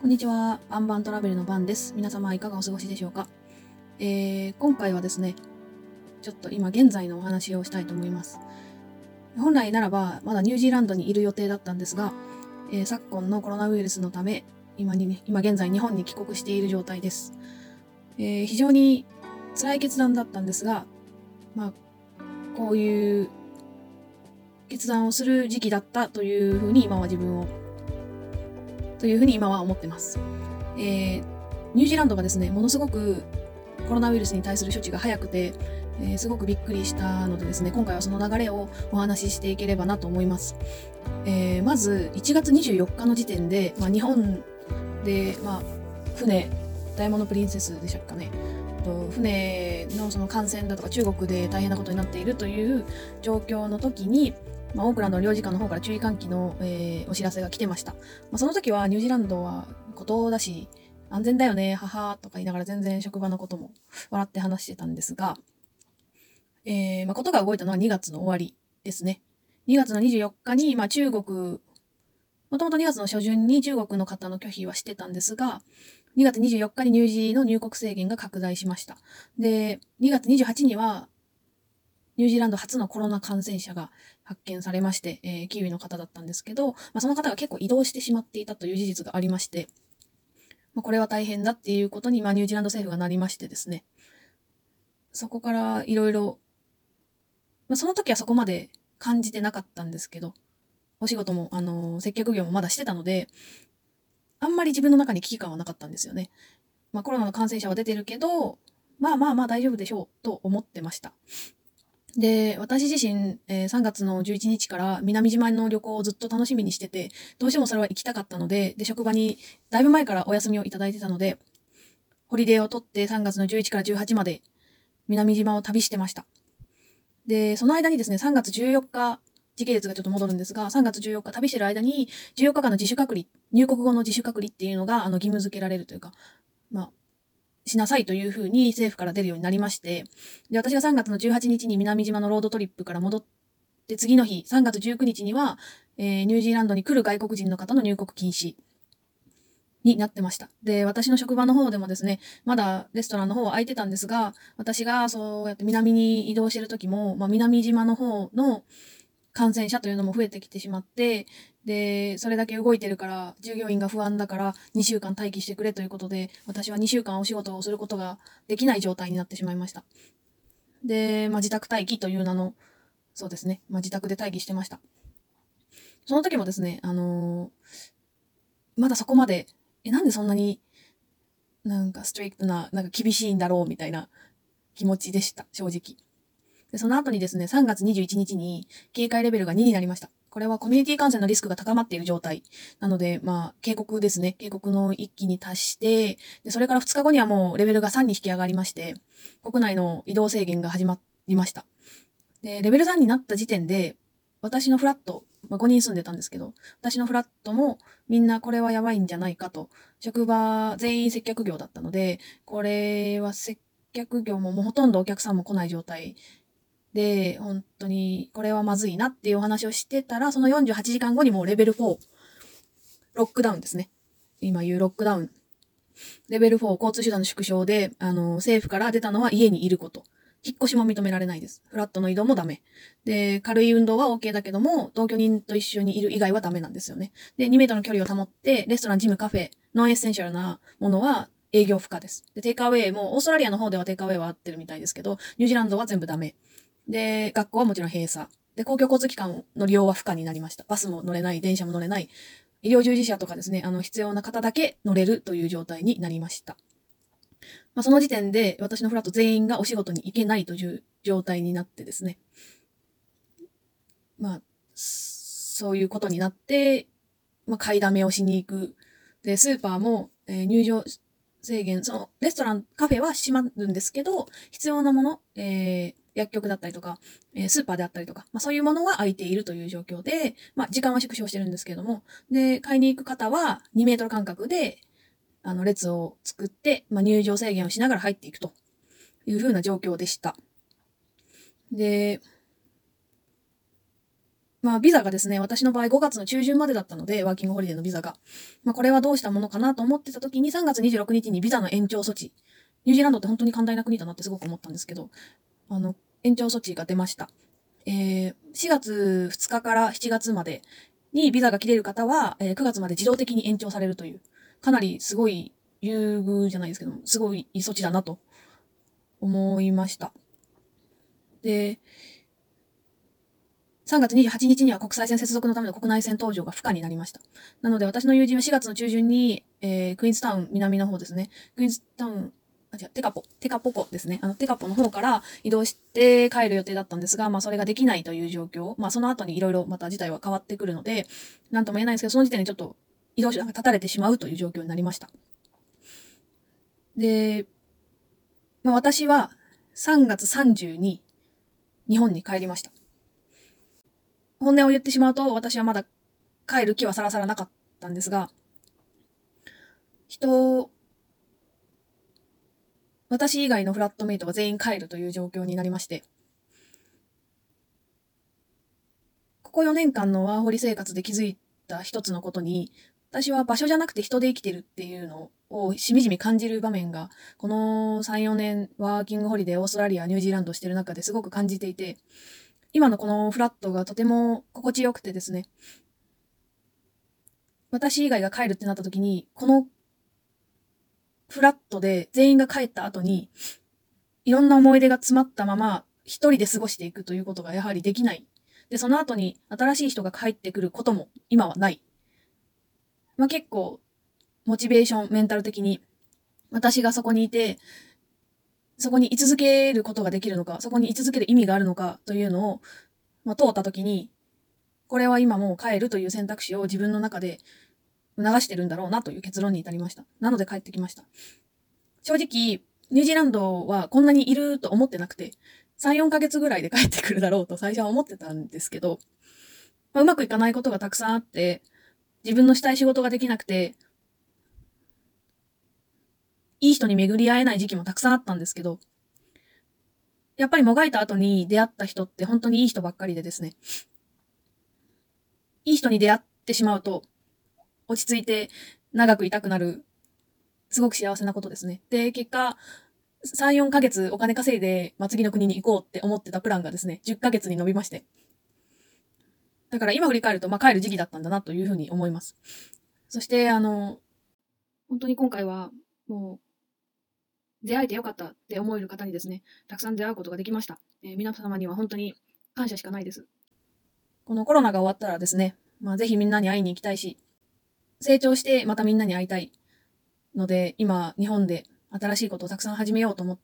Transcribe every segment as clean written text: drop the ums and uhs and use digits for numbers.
こんにちは、アンバントラベルのバンです。皆様いかがお過ごしでしょうか。今回はですね、ちょっと今現在のお話をしたいと思います。本来ならばまだニュージーランドにいる予定だったんですが、昨今のコロナウイルスのため今現在日本に帰国している状態です。非常に辛い決断だったんですが、こういう決断をする時期だったというふうに今は思ってます。ニュージーランドがですね、ものすごくコロナウイルスに対する処置が早くて、すごくびっくりしたのでですね、今回はその流れをお話ししていければなと思います。まず1月24日の時点で、日本で、船ダイヤモンドプリンセスでしたかね、船のその感染だとか中国で大変なことになっているという状況の時に、オークランドの領事館の方から注意喚起の、お知らせが来てました。その時はニュージーランドは孤島だし安全だよね、母とか言いながら全然職場のことも笑って話してたんですが、ことが動いたのは2月の終わりですね。2月の24日に、中国、もともと2月の初旬に中国の方の拒否はしてたんですが、2月24日にニュージーの入国制限が拡大しました。で、2月28日には、ニュージーランド初のコロナ感染者が発見されまして、キウイの方だったんですけど、その方が結構移動してしまっていたという事実がありまして、これは大変だっていうことに、ニュージーランド政府がなりましてですね、そこからいろいろ、その時はそこまで感じてなかったんですけど、お仕事も、接客業もまだしてたので、あんまり自分の中に危機感はなかったんですよね。コロナの感染者は出てるけど、大丈夫でしょうと思ってました。で、私自身、3月の11日から南島の旅行をずっと楽しみにしてて、どうしてもそれは行きたかったので、職場にだいぶ前からお休みをいただいてたので、ホリデーを取って3月の11から18まで南島を旅してました。で、その間にですね、3月14日、時系列がちょっと戻るんですが、3月14日旅してる間に14日間の自主隔離、入国後の自主隔離っていうのが義務付けられるというか、しなさいというふうに政府から出るようになりまして、で、私が3月の18日に南島のロードトリップから戻って、次の日、3月19日には、ニュージーランドに来る外国人の方の入国禁止になってました。で、私の職場の方でもですね、まだレストランの方は空いてたんですが、私がそうやって南に移動してる時も、南島の方の感染者というのも増えてきてしまって、で、それだけ動いてるから、従業員が不安だから2週間待機してくれということで、私は2週間お仕事をすることができない状態になってしまいました。で、自宅待機という名の、そうですね、自宅で待機してました。その時もですね、まだそこまで、なんでそんなにストリクトな、厳しいんだろうみたいな気持ちでした、正直。で、その後にですね、3月21日に警戒レベルが2になりました。これはコミュニティ感染のリスクが高まっている状態。なので、警告ですね。警告の一気に達して、で、それから2日後にはもうレベルが3に引き上がりまして、国内の移動制限が始まりました。で、レベル3になった時点で、私のフラット、5人住んでたんですけど、私のフラットもみんなこれはやばいんじゃないかと、職場全員接客業だったので、これは接客業ももうほとんどお客さんも来ない状態で、本当にこれはまずいなっていうお話をしてたら、その48時間後にもうレベル4、ロックダウンですね。今言うロックダウン。レベル4、交通手段の縮小で、政府から出たのは家にいること。引っ越しも認められないです。フラットの移動もダメ。で、軽い運動は OK だけども、同居人と一緒にいる以外はダメなんですよね。で、2メートルの距離を保って、レストラン、ジム、カフェ、ノンエッセンシャルなものは営業不可です。で、テイクアウェイも、オーストラリアの方ではテイクアウェイは合ってるみたいですけど、ニュージーランドは全部ダメ。で、学校はもちろん閉鎖。で、公共交通機関の利用は不可になりました。バスも乗れない、電車も乗れない。医療従事者とかですね、必要な方だけ乗れるという状態になりました。その時点で私のフラット全員がお仕事に行けないという状態になってですね。そういうことになって、買いだめをしに行く。で、スーパーも、入場制限、その、レストラン、カフェは閉まるんですけど、必要なもの、薬局だったりとか、スーパーであったりとか、そういうものは空いているという状況で、時間は縮小してるんですけれども、で、買いに行く方は2メートル間隔で、列を作って、入場制限をしながら入っていくという風な状況でした。で、 ビザがですね、私の場合5月の中旬までだったので、ワーキングホリデーのビザが。これはどうしたものかなと思ってた時に3月26日にビザの延長措置。ニュージーランドって本当に寛大な国だなってすごく思ったんですけど、延長措置が出ました。4月2日から7月までにビザが切れる方は、9月まで自動的に延長されるという、かなりすごい優遇じゃないですけど、すごいいい措置だなと思いました。で、3月28日には国際線接続のための国内線搭乗が不可になりました。なので私の友人は4月の中旬に、クイーンズタウン、南の方ですね。クイーンズタウン、テカポコですね。テカポの方から移動して帰る予定だったんですが、それができないという状況。その後にいろいろまた事態は変わってくるので、なんとも言えないんですけど、その時点でちょっと移動手段が断たれてしまうという状況になりました。で、私は3月30に日本に帰りました。本音を言ってしまうと、私はまだ帰る気はさらさらなかったんですが、私以外のフラットメイトが全員帰るという状況になりまして、ここ4年間のワーホリ生活で気づいた一つのことに、私は場所じゃなくて人で生きてるっていうのをしみじみ感じる場面が、この3、4年ワーキングホリデーオーストラリア、ニュージーランドしてる中ですごく感じていて、今のこのフラットがとても心地よくてですね、私以外が帰るってなった時に、このフラットで全員が帰った後に、いろんな思い出が詰まったまま、一人で過ごしていくということがやはりできない。で、その後に新しい人が帰ってくることも今はない。結構、モチベーション、メンタル的に、私がそこにいて、そこに居続けることができるのか、そこに居続ける意味があるのかというのを、通った時に、これは今もう帰るという選択肢を自分の中で促してるんだろうなという結論に至りました。なので帰ってきました。正直、ニュージーランドはこんなにいると思ってなくて、3、4ヶ月ぐらいで帰ってくるだろうと最初は思ってたんですけど、うまくいかないことがたくさんあって、自分のしたい仕事ができなくて、いい人に巡り合えない時期もたくさんあったんですけど、やっぱりもがいた後に出会った人って本当にいい人ばっかりでですね、いい人に出会ってしまうと、落ち着いて長くいたくなる、すごく幸せなことですね。で、結果、3、4ヶ月お金稼いで、次の国に行こうって思ってたプランがですね、10ヶ月に伸びまして。だから今振り返ると、帰る時期だったんだなというふうに思います。そして、本当に今回は、もう、出会えてよかったって思える方にですね、たくさん出会うことができました。皆様には本当に感謝しかないです。このコロナが終わったらですね、ぜひみんなに会いに行きたいし、成長してまたみんなに会いたいので、今、日本で新しいことをたくさん始めようと思って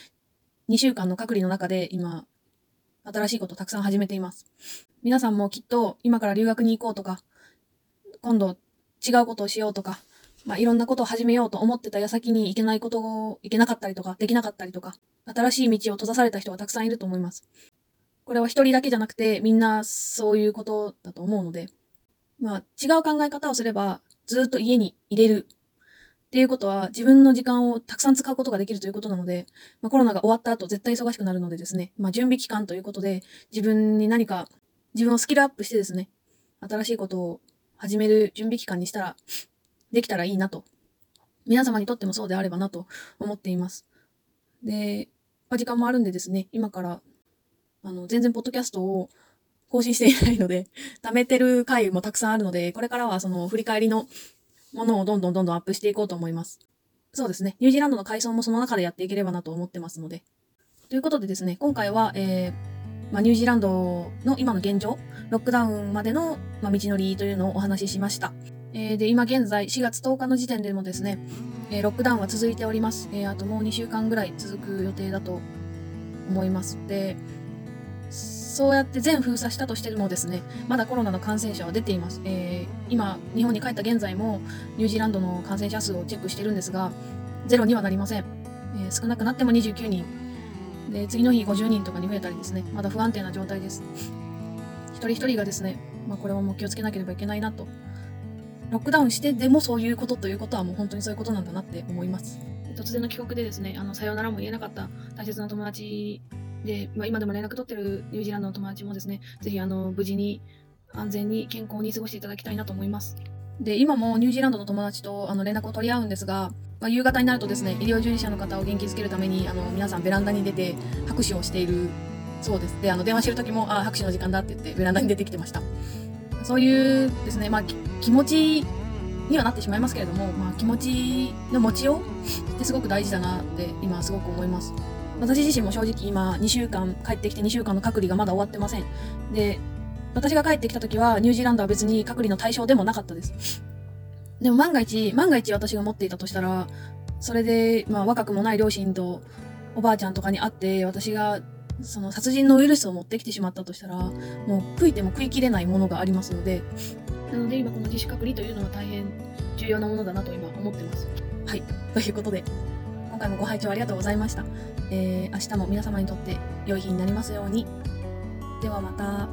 、2週間の隔離の中で今、新しいことをたくさん始めています。皆さんもきっと今から留学に行こうとか、今度違うことをしようとか、いろんなことを始めようと思ってた矢先に行けないことを、行けなかったりとか、できなかったりとか、新しい道を閉ざされた人はたくさんいると思います。これは一人だけじゃなくて、みんなそういうことだと思うので、違う考え方をすれば、ずっと家に入れるっていうことは、自分の時間をたくさん使うことができるということなので、コロナが終わった後絶対忙しくなるのでですね、準備期間ということで、自分をスキルアップしてですね、新しいことを始める準備期間にできたらいいなと。皆様にとってもそうであればなと思っています。で、時間もあるんでですね、今から、全然ポッドキャストを更新していないので、貯めてる回もたくさんあるので、これからはその振り返りのものをどんどんアップしていこうと思います。そうですね。ニュージーランドの改装もその中でやっていければなと思ってますので。ということでですね、今回は、ニュージーランドの今の現状、ロックダウンまでの、道のりというのをお話ししました。で、今現在4月10日の時点でもですね、ロックダウンは続いております。あともう2週間ぐらい続く予定だと思います。で、そうやって全封鎖したとしてもですね、まだコロナの感染者は出ています。今、日本に帰った現在もニュージーランドの感染者数をチェックしてるんですが、ゼロにはなりません。少なくなっても29人。で、次の日50人とかに増えたりですね、まだ不安定な状態です。一人一人がですね、これはもう気をつけなければいけないなと。ロックダウンしてでもそういうことということはもう本当にそういうことなんだなって思います。突然の帰国でですね、さようならも言えなかった大切な友達で、今でも連絡取ってるニュージーランドの友達もですね、ぜひ無事に安全に健康に過ごしていただきたいなと思います。で、今もニュージーランドの友達と連絡を取り合うんですが、夕方になるとですね、医療従事者の方を元気づけるために皆さんベランダに出て拍手をしているそうです。で、電話してる時も拍手の時間だって言ってベランダに出てきてました。そういうですね、気持ちにはなってしまいますけれども、気持ちの持ちようってすごく大事だなって今すごく思います。私自身も正直今2週間帰ってきて2週間の隔離がまだ終わってません。で、私が帰ってきた時はニュージーランドは別に隔離の対象でもなかったです。でも万が一私が持っていたとしたら、それで若くもない両親とおばあちゃんとかに会って私がその殺人のウイルスを持ってきてしまったとしたら、もう食いても食いきれないものがありますので、なので今この自主隔離というのは大変重要なものだなと今思ってます。はい、ということで今回もご拝聴ありがとうございました。明日も皆様にとって良い日になりますように。ではまた。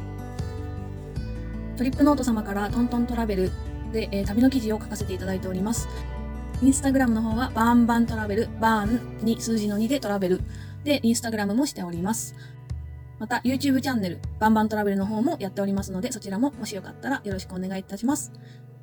トリップノート様からトントントラベルで、旅の記事を書かせていただいております。インスタグラムの方はバーンバントラベル、バーンに数字の2でトラベルでインスタグラムもしております。また YouTube チャンネルバンバントラベルの方もやっておりますので、そちらももしよかったらよろしくお願いいたします。